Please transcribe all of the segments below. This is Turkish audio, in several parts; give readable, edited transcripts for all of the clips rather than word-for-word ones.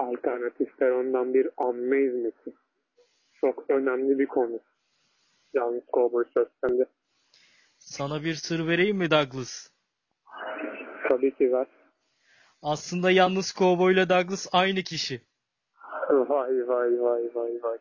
Alternatifler ondan bir amme hizmeti. Çok önemli bir konu. Yalnız Cowboy söz sende. Sana bir sır vereyim mi Douglas? Tabii ki var. Aslında yalnız kovboyla Douglas aynı kişi. Vay vay vay vay vay.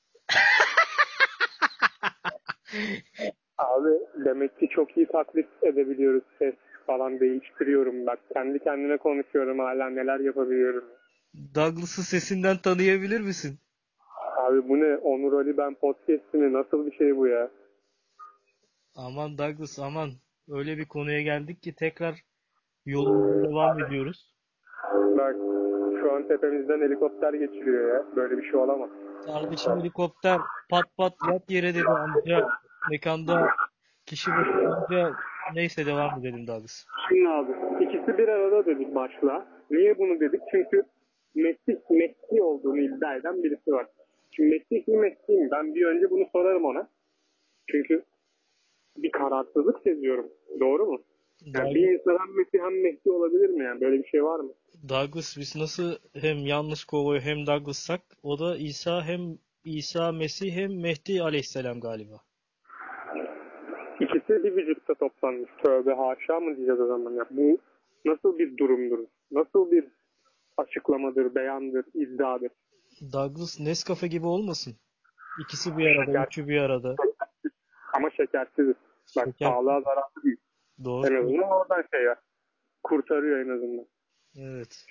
Abi demek ki çok iyi taklit edebiliyoruz. Ses falan değiştiriyorum bak. Kendi kendime konuşuyorum hala neler yapabiliyorum. Douglas'ı sesinden tanıyabilir misin? Abi bu ne? Onur Ali Ben podcast mi? Nasıl bir şey bu ya? Aman Douglas aman. Öyle bir konuya geldik ki tekrar yolumuza devam ediyoruz. Bak şu an tepemizden helikopter geçiriyor ya. Böyle bir şey olamaz. Kardeşim helikopter pat pat yat yere dedi amca. Mekanda kişi başı amca. Neyse devam edelim Douglas. Şimdi abi ikisi bir arada dedik başla. Niye bunu dedik? Çünkü Messi olduğunu iddia eden birisi var. Şimdi Messi mi? Ben bir önce bunu sorarım ona. Çünkü bir kararsızlık seziyorum. Doğru mu? Yani bir Doug- insan hem Messi olabilir mi yani? Böyle bir şey var mı? Douglas biz nasıl hem yalnız kovboy hem Douglas'sak o da İsa hem İsa Mesih hem Mehdi Aleyhisselam galiba. İkisi bir vücutta toplanmış. Tövbe haşa mı diyeceğiz o zaman ya? Bu nasıl bir durumdur? Nasıl bir açıklamadır, beyandır, iddiadır? Douglas Nescafe gibi olmasın? İkisi bir arada, Şeker üçü bir arada. ama şekersiz. Bak Şeker. sağlığa zararlı değil. Doğru En söylüyorsun. azından oradan şey ya. Kurtarıyor en azından. Evet.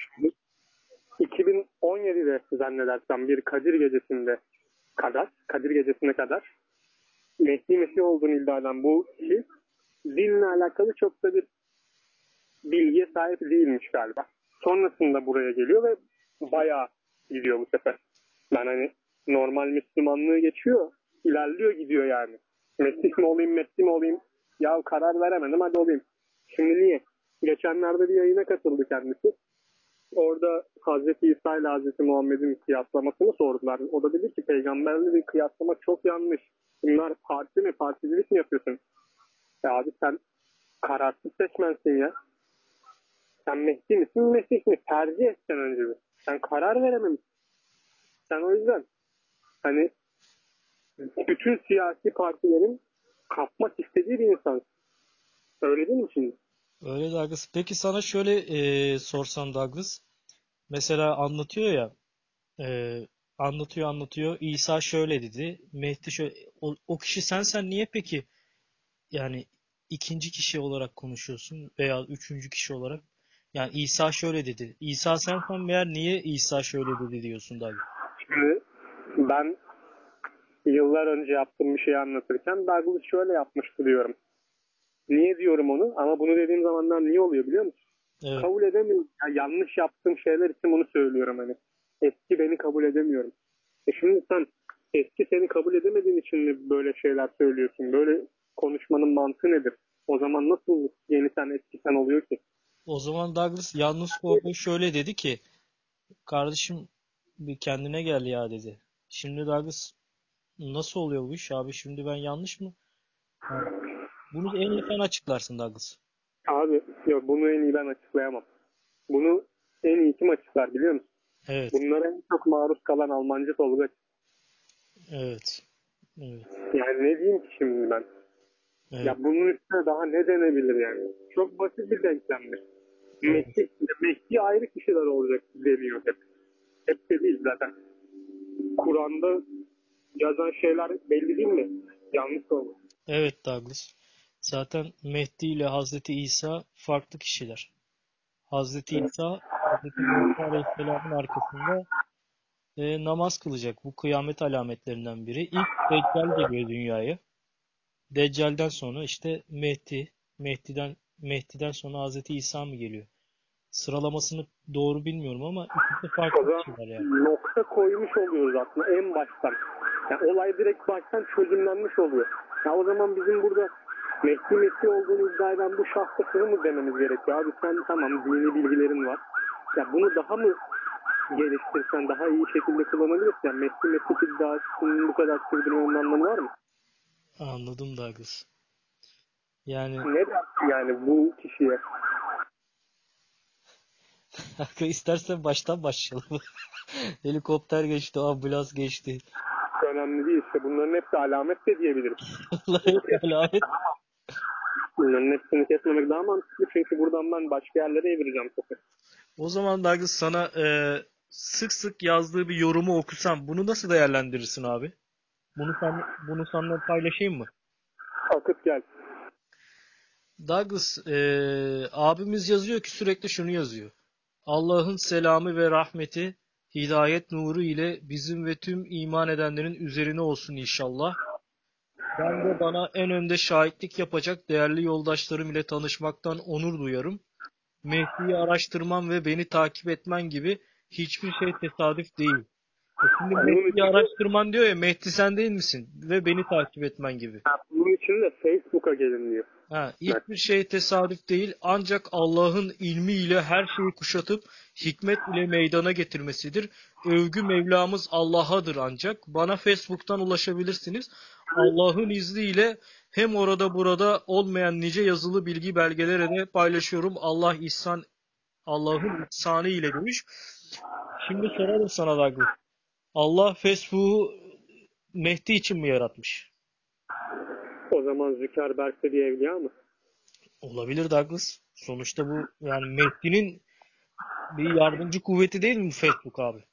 2017'de zannedersem bir Kadir gecesine kadar Mesih olduğunu iddia eden bu kişi dinle alakalı çok da bir bilgiye sahip değilmiş galiba. Sonrasında buraya geliyor ve bayağı gidiyor bu sefer. Ben hani normal Müslümanlığı geçiyor, ilerliyor gidiyor yani. Mesih mi olayım? Ya karar veremedim hadi olayım. Şimdi niye? Geçenlerde bir yayına katıldı kendisi. Orada Hazreti İsa ile Hazreti Muhammed'in kıyaslamasını sordular. O da dedi ki peygamberle bir kıyaslama çok yanlış. Bunlar parti mi, particilik mi yapıyorsun? Ya abi sen kararsız seçmensin ya. Sen Mehdi misin, Mesih mi? Tercih etsen önce bir. Sen karar verememişsin. Sen o yüzden hani bütün siyasi partilerin kapmak istediği bir insan. Öyle değil mi şimdi? Öyle Douglas. Peki sana şöyle sorsam Douglas. Mesela anlatıyor ya anlatıyor. İsa şöyle dedi. Mehdi şöyle. O kişi sensen niye peki yani ikinci kişi olarak konuşuyorsun veya üçüncü kişi olarak? Yani İsa şöyle dedi. İsa sensen meğer niye İsa şöyle dedi diyorsun Douglas? Şimdi ben yıllar önce yaptığım bir şeyi anlatırken Douglas şöyle yapmıştı diyorum. Niye diyorum onu? Ama bunu dediğim zamanlar niye oluyor biliyor musun? Evet. Kabul edemiyorum. Ya yanlış yaptığım şeyler için bunu söylüyorum hani. Eski beni kabul edemiyorum. Şimdi sen eski seni kabul edemediğin için mi böyle şeyler söylüyorsun? Böyle konuşmanın mantığı nedir? O zaman nasıl yeni sen eski sen oluyor ki? O zaman Douglas yalnız kovboy şöyle dedi ki kardeşim bir kendine gel ya dedi. Şimdi Douglas nasıl oluyor bu iş abi? Şimdi ben yanlış mı? Yani bunu en iyi sen açıklarsın Douglas. Abi yok bunu en iyi ben açıklayamam. Bunu en iyi kim açıklar biliyor musun? Evet. Bunlara en çok maruz kalan Almancı Tolga. Evet. Evet. Yani ne diyeyim ki şimdi ben? Evet. Ya bunun üstüne daha ne denebilir yani? Çok basit bir denklemdir. Evet. Mehdi ayrı kişiler olacak deniyor hep. Hep de değil zaten. Kur'an'da yazan şeyler belli değil mi? Yanlış oldu. Evet Douglas. Zaten Mehdi ile Hazreti İsa farklı kişiler. Hazreti İsa Hazreti Musa Aleyhisselam'ın arkasında namaz kılacak. Bu kıyamet alametlerinden biri. İlk Deccal geliyor dünyaya. Deccal'den sonra işte Mehdi, Mehdi'den sonra Hazreti İsa mı geliyor? Sıralamasını doğru bilmiyorum ama ikisi O farklı zaman kişiler yani. nokta koymuş oluyoruz aslında en baştan. Yani olay direkt baştan çözümlenmiş oluyor. Ya o zaman bizim burada Messi olduğunu iddia eden bu şahsa şunu mu dememiz gerekiyor? Abi sen tamam dini bilgilerin var. Ya bunu daha mı geliştirsen daha iyi şekilde kullanabilirsin? Yani Messi iddiasının bu kadar sürdürmenin anlamı var mı? Anladım Douglas. Yani Ne dersin yani bu kişiye? Kanka istersen baştan başlayalım. Helikopter geçti, ambulans geçti. Önemli değil işte. Bunların hepsi alamet de diyebilirim. Vallahi alamet. Bunların hepsini kesmemek daha mantıklı. Çünkü buradan ben başka yerlere evireceğim topu. O zaman Douglas sana sık sık yazdığı bir yorumu okusam bunu nasıl değerlendirirsin abi? Bunu seninle paylaşayım mı? Akıt gel. Douglas abimiz yazıyor ki sürekli şunu yazıyor. Allah'ın selamı ve rahmeti, hidayet nuru ile bizim ve tüm iman edenlerin üzerine olsun inşallah. Ben de bana en önde şahitlik yapacak değerli yoldaşlarım ile tanışmaktan onur duyarım. Mehdi'yi araştırman ve beni takip etmen gibi hiçbir şey tesadüf değil. Şimdi Bunun Mehdi'yi için de, araştırman diyor ya, Mehdi sen değil misin? Ve beni takip etmen gibi. bunun için de Facebook'a gelin diyor. Ha, Evet. hiçbir şey tesadüf değil, ancak Allah'ın ilmiyle her şeyi kuşatıp hikmet ile meydana getirmesidir. Övgü Mevlamız Allah'adır ancak. Bana Facebook'tan ulaşabilirsiniz. Allah'ın izniyle hem orada burada olmayan nice yazılı bilgi belgelere de paylaşıyorum. Allah'ın ihsanı ile demiş. Şimdi soralım sana Douglas. Allah Facebook'u Mehdi için mi yaratmış? O zaman Zuckerberg de bir evliya mı? Olabilir Douglas. Sonuçta bu yani Mehdi'nin bir yardımcı kuvveti değil mi bu Facebook abi?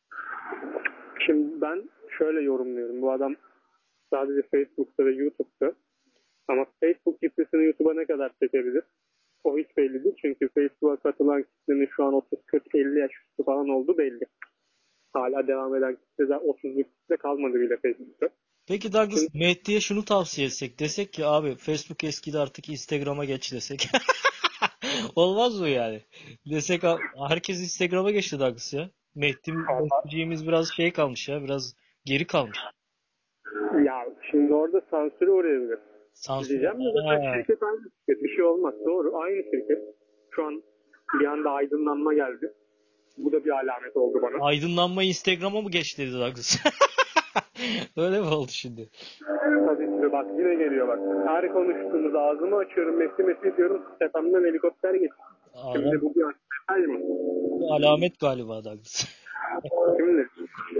Şimdi ben şöyle yorumluyorum. Bu adam sadece Facebook'ta ve YouTube'da. Ama Facebook kitlesini YouTube'a ne kadar çekebilir? O hiç belli değil. Çünkü Facebook'a katılan kitlenin şu an 30, 40, 50 yaş üstü falan olduğu belli. Hala devam eden kitle de 30'luk kitle kalmadı bile Facebook'ta. Peki Douglas, Şimdi Mehdi'ye şunu tavsiye etsek. Desek ki abi Facebook eskidi, artık Instagram'a geç desek. Olmaz mı yani? Desek herkes Instagram'a geçti Douglas ya. Mehdi'ciğimiz biraz şey kalmış ya. Biraz geri kalmış. ya şimdi orada sansüre uğrayabilir. Sansür. Diyeceğim de zaten Ha. şirket aynı şirket. Bir şey olmaz. Doğru. Aynı şirket. Şu an bir anda aydınlanma geldi. Bu da bir alamet oldu bana. Aydınlanma Instagram'a mı geçti dedi Douglas. Öyle mi oldu şimdi? Tabii ki bak yine geliyor bak. Her konuştuğumuz ağzımı açıyorum. Messi Messi diyorum. Tepemden helikopter geçiyor. Şimdi Adam bu bir detay mı? bu alamet galiba Douglas. Şimdi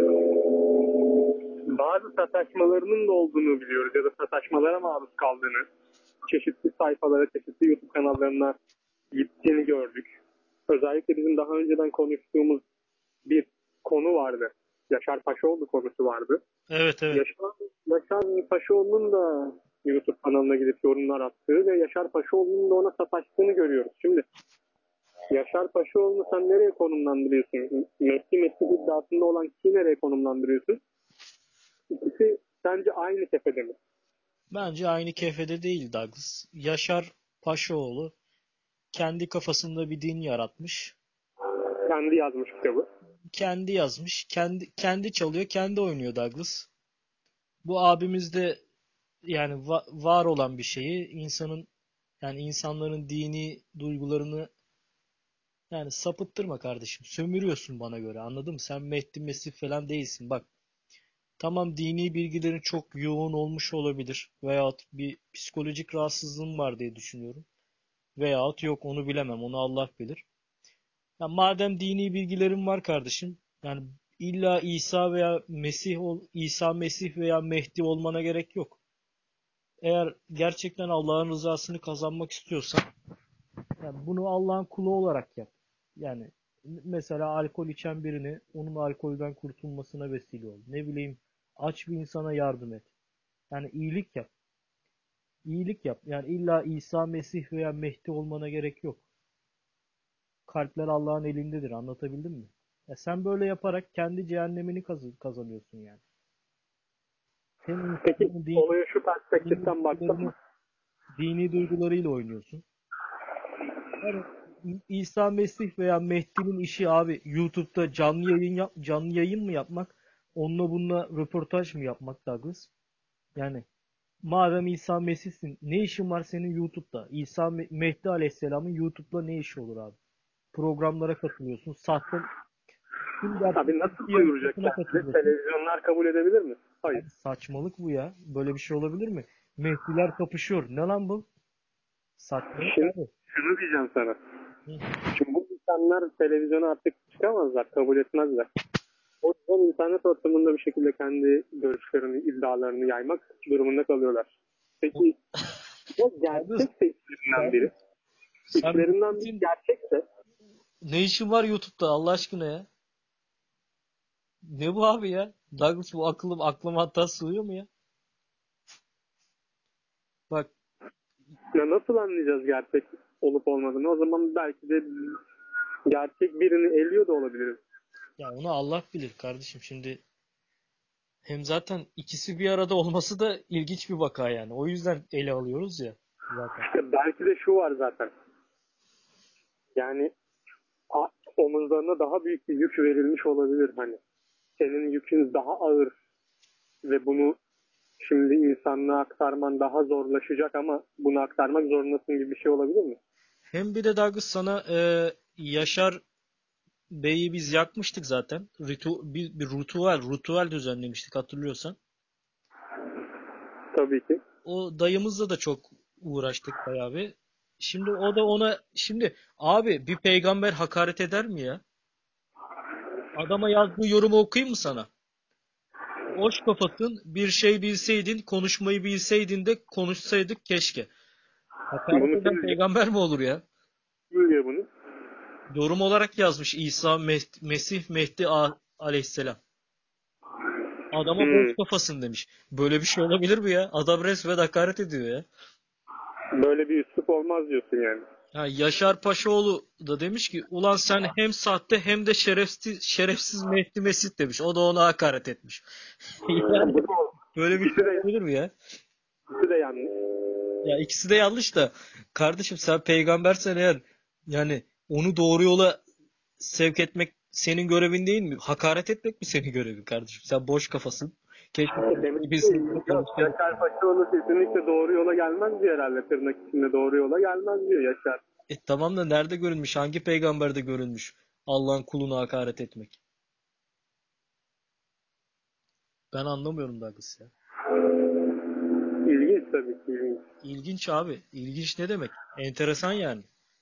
bazı sataşmalarının da olduğunu biliyoruz ya da sataşmalara maruz kaldığını, çeşitli sayfalara, çeşitli YouTube kanallarına gittiğini gördük. Özellikle bizim daha önceden konuştuğumuz bir konu vardı. Yaşar Paşaoğlu konusu vardı. Evet, evet. Yaşar Paşaoğlu'nun da YouTube kanalına gidip yorumlar attığı ve Yaşar Paşaoğlu'nun da ona sataştığını görüyoruz. Şimdi Yaşar Paşaoğlu'nu sen nereye konumlandırıyorsun? Messi iddiasında olan kişiyi nereye konumlandırıyorsun? İkisi sence aynı tepede mi? Bence aynı kefede değil Douglas. Yaşar Paşaoğlu kendi kafasında bir din yaratmış. Kendi yazmış kitabı. Kendi yazmış, kendi çalıyor, kendi oynuyor Douglas. Bu abimiz de yani var olan bir şeyi yani insanların dini duygularını yani sapıttırma kardeşim. Sömürüyorsun bana göre. Anladın mı? Sen Mehdi Mesih falan değilsin. Bak, tamam, dini bilgilerin çok yoğun olmuş olabilir. Veyahut bir psikolojik rahatsızlığın var diye düşünüyorum. Veyahut yok, onu bilemem. Onu Allah bilir. Ya madem dini bilgilerin var kardeşim, yani illa İsa Mesih veya Mehdi olmana gerek yok. Eğer gerçekten Allah'ın rızasını kazanmak istiyorsan, yani bunu Allah'ın kulu olarak yap. Yani mesela alkol içen birini onun alkolden kurtulmasına vesile ol. Ne bileyim, aç bir insana yardım et. Yani iyilik yap. İyilik yap. Yani illa İsa Mesih veya Mehdi olmana gerek yok. Kalpler Allah'ın elindedir. Anlatabildim mi? Ya sen böyle yaparak kendi cehennemini kazanıyorsun yani. Sen Peki insanların olaya şu dini perspektiften baktım mı? duygularını, dini duygularıyla oynuyorsun. Yani İsa Mesih veya Mehdi'nin işi abi YouTube'da canlı yayın mı yapmak? Onunla bununla röportaj mı yapmak Douglas? Yani madem İsa Mesih'sin, ne işin var senin YouTube'da? Mehdi Aleyhisselam'ın YouTube'da ne işi olur abi? Programlara katılıyorsun. Tüm Abi gerçeklik nasıl duyuracak yarışmasına kendini? katılıyorsun. Televizyonlar kabul edebilir mi? Hayır. Abi saçmalık bu ya. Böyle bir şey olabilir mi? Mehdiler kapışıyor. Ne lan bu? Saçmalık Şimdi abi. şunu diyeceğim sana. Hı. Şimdi bu insanlar televizyona artık çıkamazlar, kabul etmezler. O yüzden internet ortamında bir şekilde kendi görüşlerini, iddialarını yaymak durumunda kalıyorlar. Peki o Abi, gerçekse içlerinden biri, sen içlerinden biri gerçekse ne işin var YouTube'da Allah aşkına ya? Ne bu abi ya? Douglas bu aklıma hatta sığıyor mu ya? Bak ya nasıl anlayacağız gerçek olup olmadığını? O zaman belki de gerçek birini eliyor da olabiliriz. ya onu Allah bilir kardeşim şimdi hem zaten ikisi bir arada olması da ilginç bir vaka yani. O yüzden ele alıyoruz ya zaten. İşte belki de şu var zaten. Yani omuzlarına daha büyük bir yük verilmiş olabilir hani. Senin yükün daha ağır ve bunu şimdi insanlığa aktarman daha zorlaşacak ama bunu aktarmak zorundasın gibi bir şey olabilir mi? Hem bir de Douglas sana Yaşar Bey'i biz yakmıştık zaten. Bir ritüel düzenlemiştik hatırlıyorsan. Tabii ki. O dayımızla da çok uğraştık bayağı bir. Şimdi o da ona şimdi abi bir peygamber hakaret eder mi ya? Adama yazdığı yorumu okuyayım mı sana? Boş kafasın, bir şey bilseydin, konuşmayı bilseydin de konuşsaydık keşke. Hakaret Bunu eden peygamber mi olur ya? kim diyor bunu? Yorum olarak yazmış Mesih Mehdi aleyhisselam. Adama boş Hmm. kafasın demiş. Böyle bir şey olabilir mi ya? Adam resmen hakaret ediyor ya. Böyle bir üslup olmaz diyorsun yani. Ha, Yaşar Paşaoğlu da demiş ki ulan sen hem sahte hem de şerefsiz Mehdi Mesih demiş. O da ona hakaret etmiş. Yani Bu da böyle bir ikisi şey de, olabilir mi ya? ikisi de yanlış. Ya ikisi de yanlış da kardeşim sen peygambersen eğer yani onu doğru yola sevk etmek senin görevin değil mi? Hakaret etmek mi senin görevin kardeşim? Sen boş kafasın. Keşke Demek konuşmayı ki bilseydin de yok, konuşsaydın. Yaşar Paşaoğlu kesinlikle doğru yola gelmez diyor herhalde. Tırnak içinde doğru yola gelmez diyor Yaşar. Tamam da nerede görünmüş? Hangi peygamberde görünmüş? Allah'ın kuluna hakaret etmek. Ben anlamıyorum Douglas ya. İlginç tabii ki, ilginç. İlginç abi. İlginç ne demek? Enteresan yani.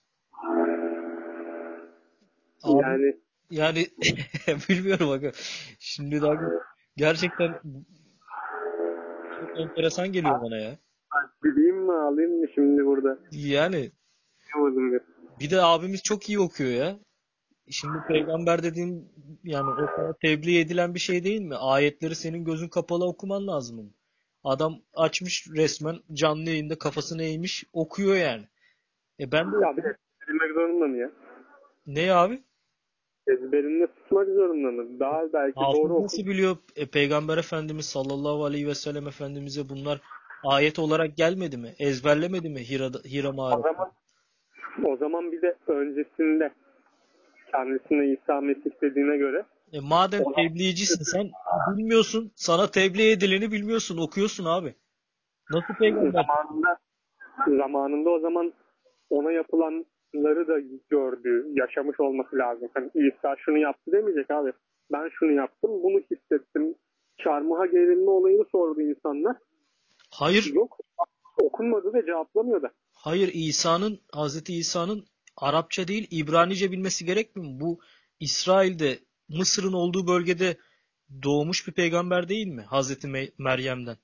Abi Yani yani bilmiyorum bak. Şimdi Douglas gerçekten çok enteresan geliyor bana ya. bileyim mi alayım mı şimdi burada? Yani Yapamadım bir. bir de abimiz çok iyi okuyor ya. Şimdi peygamber dediğin yani o sana tebliğ edilen bir şey değil mi? Ayetleri senin gözün kapalı okuman lazım onu. Adam açmış resmen canlı yayında kafasını eğmiş okuyor yani. Ben de Ya bir de bilmek zorunda mı ya? ne abi? Ezberinde tutmak zorunda mı? Daha belki doğru Hafız oku. nasıl biliyor? Peygamber Efendimiz sallallahu aleyhi ve sellem Efendimiz'e bunlar ayet olarak gelmedi mi? Ezberlemedi mi Hira O mağarası? zaman o zaman bir de öncesinde kendisine İsa Mesih dediğine göre Madem ona tebliğcisin sen bilmiyorsun. Sana tebliğ edileni bilmiyorsun. Okuyorsun abi. Nasıl peygamber? zamanında o zaman ona yapılanları da gördü, yaşamış olması lazım. Hani İsa şunu yaptı demeyecek abi. Ben şunu yaptım, bunu hissettim. Çarmıha gerilme olayını sordu insanlar. Hayır. Yok, okunmadı ve cevaplamıyor da. Hayır Hazreti İsa'nın Arapça değil İbranice bilmesi gerekmiyor mu? Bu İsrail'de Mısır'ın olduğu bölgede doğmuş bir peygamber değil mi? Hazreti Meryem'den.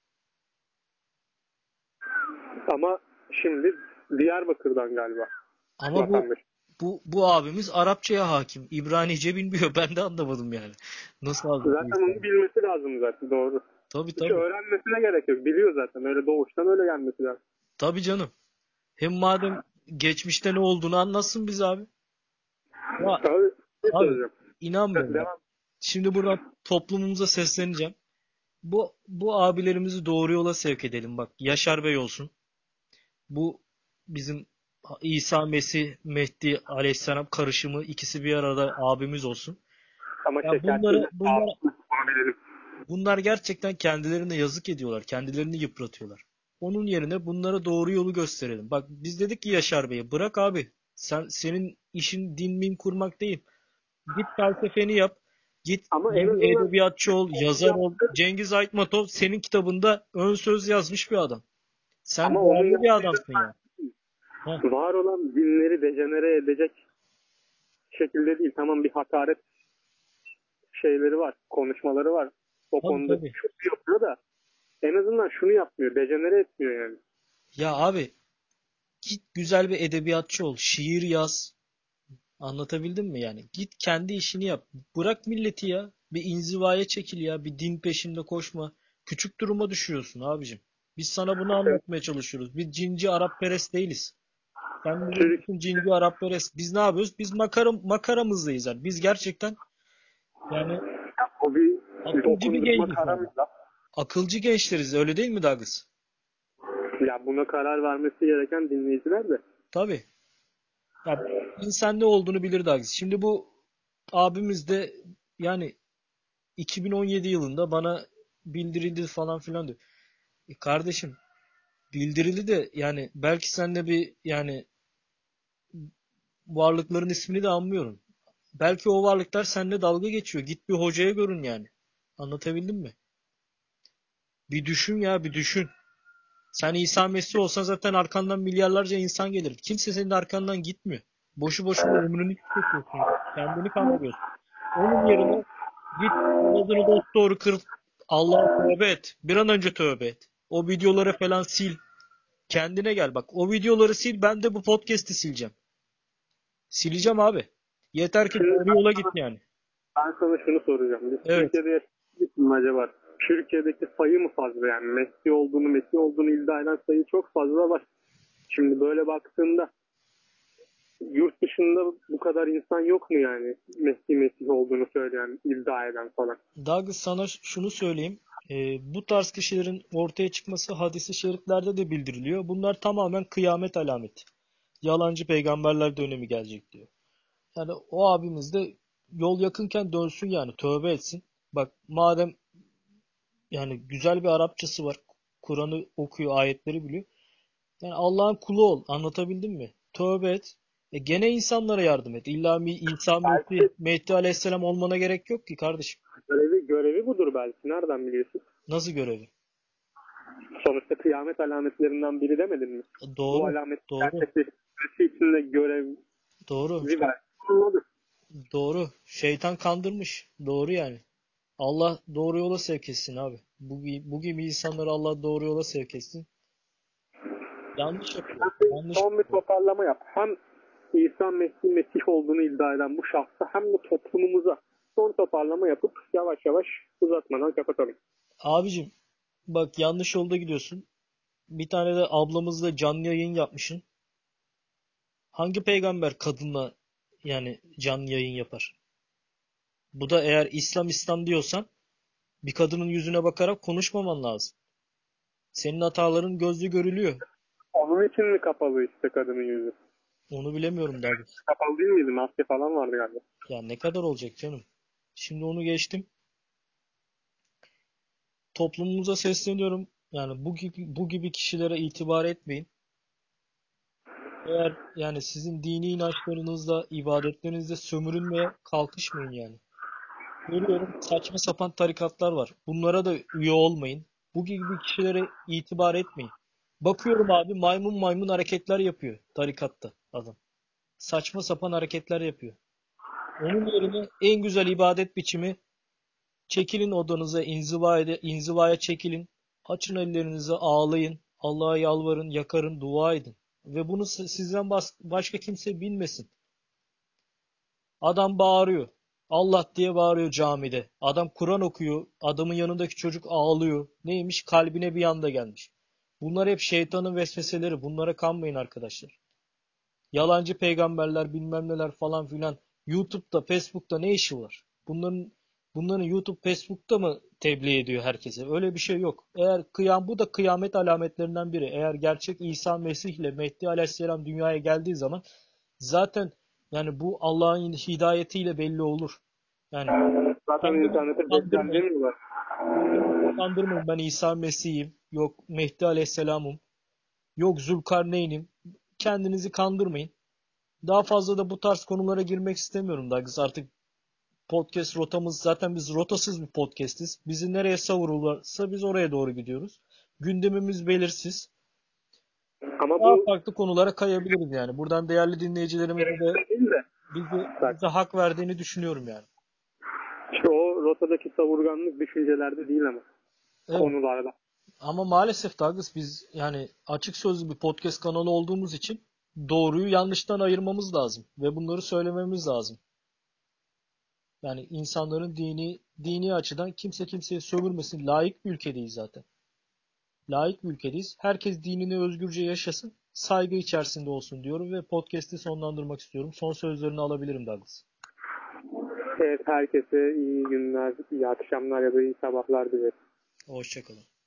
Ama şimdi Diyarbakır'dan galiba Ama vatandaş. bu abimiz Arapçaya hakim. İbranice bilmiyor. Ben de anlamadım yani. Nasıl Hazreti Zaten İsa? onu bilmesi lazım zaten, doğru. Tabii Hiç tabii. öğrenmesine gerek yok. Biliyor zaten. Öyle doğuştan öyle gelmesi lazım. Tabii canım. Hem madem geçmişte ne olduğunu anlatsın biz abi. Ya Abi ne abi soracağım? inanmıyorum bak. Devam. Şimdi buradan toplumumuza sesleneceğim. Bu abilerimizi doğru yola sevk edelim bak. Yaşar Bey olsun. Bu bizim İsa Mesih Mehdi Aleyhisselam karışımı ikisi bir arada abimiz olsun. Ama Ya şekersiz bunlar onu bilelim. bunlar gerçekten kendilerine yazık ediyorlar. Kendilerini yıpratıyorlar. Onun yerine bunlara doğru yolu gösterelim. Bak biz dedik ki Yaşar Bey'e bırak abi. Senin işin din min kurmak değil. Git felsefeni yap. Git Ama en iyi bir azından edebiyatçı ol, yazar ol. yaptı. Cengiz Aytmatov senin kitabında ön söz yazmış bir adam. Sen Ama onun değerli bir yaptığı adamsın ya. Heh, var olan dinleri dejenere edecek şekilde değil. Tamam, bir hakaret şeyleri var, konuşmaları var. O Tabii konuda tabii. çok yapıyor da en azından şunu yapmıyor. Dejenere etmiyor yani. Ya abi git güzel bir edebiyatçı ol. Şiir yaz. Anlatabildim mi yani? Git kendi işini yap. Bırak milleti ya. Bir inzivaya çekil ya. Bir din peşinde koşma. Küçük duruma düşüyorsun abicim. Biz sana bunu anlatmaya çalışıyoruz. Biz cinci Arapperest değiliz. Sen bize Türk, diyorsun cinci Arapperest. Biz ne yapıyoruz? Biz makaramızdayız yani. Biz gerçekten yani o bir akılcı bir dokundurma genciz abi. karamıyla Akılcı gençleriz. Öyle değil mi Douglas? ya buna karar vermesi gereken dinleyiciler de. Tabii. Ya insan ne olduğunu bilir Douglas. Şimdi bu abimiz de yani 2017 yılında bana bildirildi falan filan diyor. Kardeşim bildirildi de yani belki sen de bir yani varlıkların ismini de anmıyorum. Belki o varlıklar seninle dalga geçiyor. Git bir hocaya görün yani. Anlatabildim mi? Bir düşün ya bir düşün. Sen İsa Mesih olsan zaten arkandan milyarlarca insan gelir. Kimse senin arkandan gitmiyor. Boşu boşuna ömrünü tüketiyorsun. Kendini kandırıyorsun. Onun yerine git namazını dosdoğru kıl. Allah'a tövbe et. Bir an önce tövbe et. O videoları falan sil. Kendine gel bak. O videoları sil. Ben de bu podcast'i sileceğim. Sileceğim abi. Yeter ki Şimdi doğru yola git yani. ben sana şunu soracağım. Biz Evet. Türkiye'de yaşadık mı acaba? Türkiye'deki sayı mı fazla yani? Messi olduğunu iddia eden sayı çok fazla var. Şimdi böyle baktığında yurt dışında bu kadar insan yok mu yani? Mesih olduğunu söyleyen, iddia eden falan. Douglas sana şunu söyleyeyim. Bu tarz kişilerin ortaya çıkması hadis-i şeriflerde de bildiriliyor. Bunlar tamamen kıyamet alameti. Yalancı peygamberler dönemi gelecek diyor. Yani o abimiz de yol yakınken dönsün yani tövbe etsin. Bak madem yani güzel bir Arapçası var. Kur'an'ı okuyor, ayetleri biliyor. Yani Allah'ın kulu ol. Anlatabildim mi? Tövbe et. Gene insanlara yardım et. İlla bir İsa Mesih, Belki Mehdi Aleyhisselam olmana gerek yok ki kardeşim. görevi budur belki. Nereden biliyorsun? Nasıl görevi? Sonuçta kıyamet alametlerinden biri demedin mi? Bu Doğru, alamet doğru, gerçekleşmesi için de görevi doğru, belki bulunmalıdır. doğru. Şeytan kandırmış. Doğru yani. Allah doğru yola sevk etsin abi. Bu gibi insanları Allah doğru yola sevk etsin. Yanlış yapıyor. Yanlış Son bir yapıyor. toparlama yap. Hem İsa Mesih olduğunu iddia eden bu şahsa hem de toplumumuza son toparlama yapıp yavaş yavaş uzatmadan kapatalım. Abicim bak yanlış yolda gidiyorsun. Bir tane de ablamızla canlı yayın yapmışsın. Hangi peygamber kadınla yani canlı yayın yapar? Bu da eğer İslam diyorsan bir kadının yüzüne bakarak konuşmaman lazım. Senin hataların gözle görülüyor. Onun için mi kapalı işte kadının yüzü? Onu bilemiyorum daha doğrusu. Kapalı değil miydi? Maske falan vardı galiba. Ya ne kadar olacak canım? Şimdi onu geçtim. Toplumumuza sesleniyorum. Yani bu gibi kişilere itibar etmeyin. Eğer yani sizin dini inançlarınızla, ibadetlerinizle sömürülmeye kalkışmayın yani. Görüyorum saçma sapan tarikatlar var. Bunlara da üye olmayın. Bu gibi kişilere itibar etmeyin. Bakıyorum abi maymun maymun hareketler yapıyor tarikatta adam. Saçma sapan hareketler yapıyor. Onun yerine en güzel ibadet biçimi çekilin odanıza inzivaya çekilin. Açın ellerinizi ağlayın. Allah'a yalvarın, yakarın, dua edin. Ve bunu sizden başka kimse bilmesin. Adam bağırıyor. Allah diye bağırıyor camide. Adam Kur'an okuyor. Adamın yanındaki çocuk ağlıyor. Neymiş? Kalbine bir anda gelmiş. Bunlar hep şeytanın vesveseleri. Bunlara kanmayın arkadaşlar. Yalancı peygamberler bilmem neler falan filan. YouTube'da, Facebook'ta ne işi var? Bunların YouTube, Facebook'ta mı tebliğ ediyor herkese? Öyle bir şey yok. Bu da kıyamet alametlerinden biri. Eğer gerçek İsa Mesih ile Mehdi Aleyhisselam dünyaya geldiği zaman zaten yani bu Allah'ın hidayetiyle belli olur. Yani Zaten kendinizi internete Deccal kandırmayın. demiyorlar. Kendinizi kandırmayın. Ben İsa Mesih'im. Yok Mehdi Aleyhisselam'ım. Yok Zülkarneyn'im. Kendinizi kandırmayın. Daha fazla da bu tarz konulara girmek istemiyorum Douglas. Artık podcast rotamız zaten biz rotasız bir podcastiz. Bizi nereye savururlarsa biz oraya doğru gidiyoruz. Gündemimiz belirsiz. Ama Daha bu farklı konulara kayabiliriz yani. Buradan değerli dinleyicilerimize de değil de. bize hak verdiğini düşünüyorum yani. İşte o rotadaki savurganlık düşüncelerde değil ama Evet. konularda. Ama maalesef Douglas biz yani açık sözlü bir podcast kanalı olduğumuz için doğruyu yanlıştan ayırmamız lazım ve bunları söylememiz lazım. Yani insanların dini açıdan kimse kimseye sömürmesin. Layık bir ülkedeyiz zaten. Layık bir ülkedeyiz. Herkes dinini özgürce yaşasın. Saygı içerisinde olsun diyorum ve podcast'i sonlandırmak istiyorum. Son sözlerini alabilirim Douglas. Evet, herkese iyi günler, iyi akşamlar ya da iyi sabahlar dilerim. Hoşça kalın.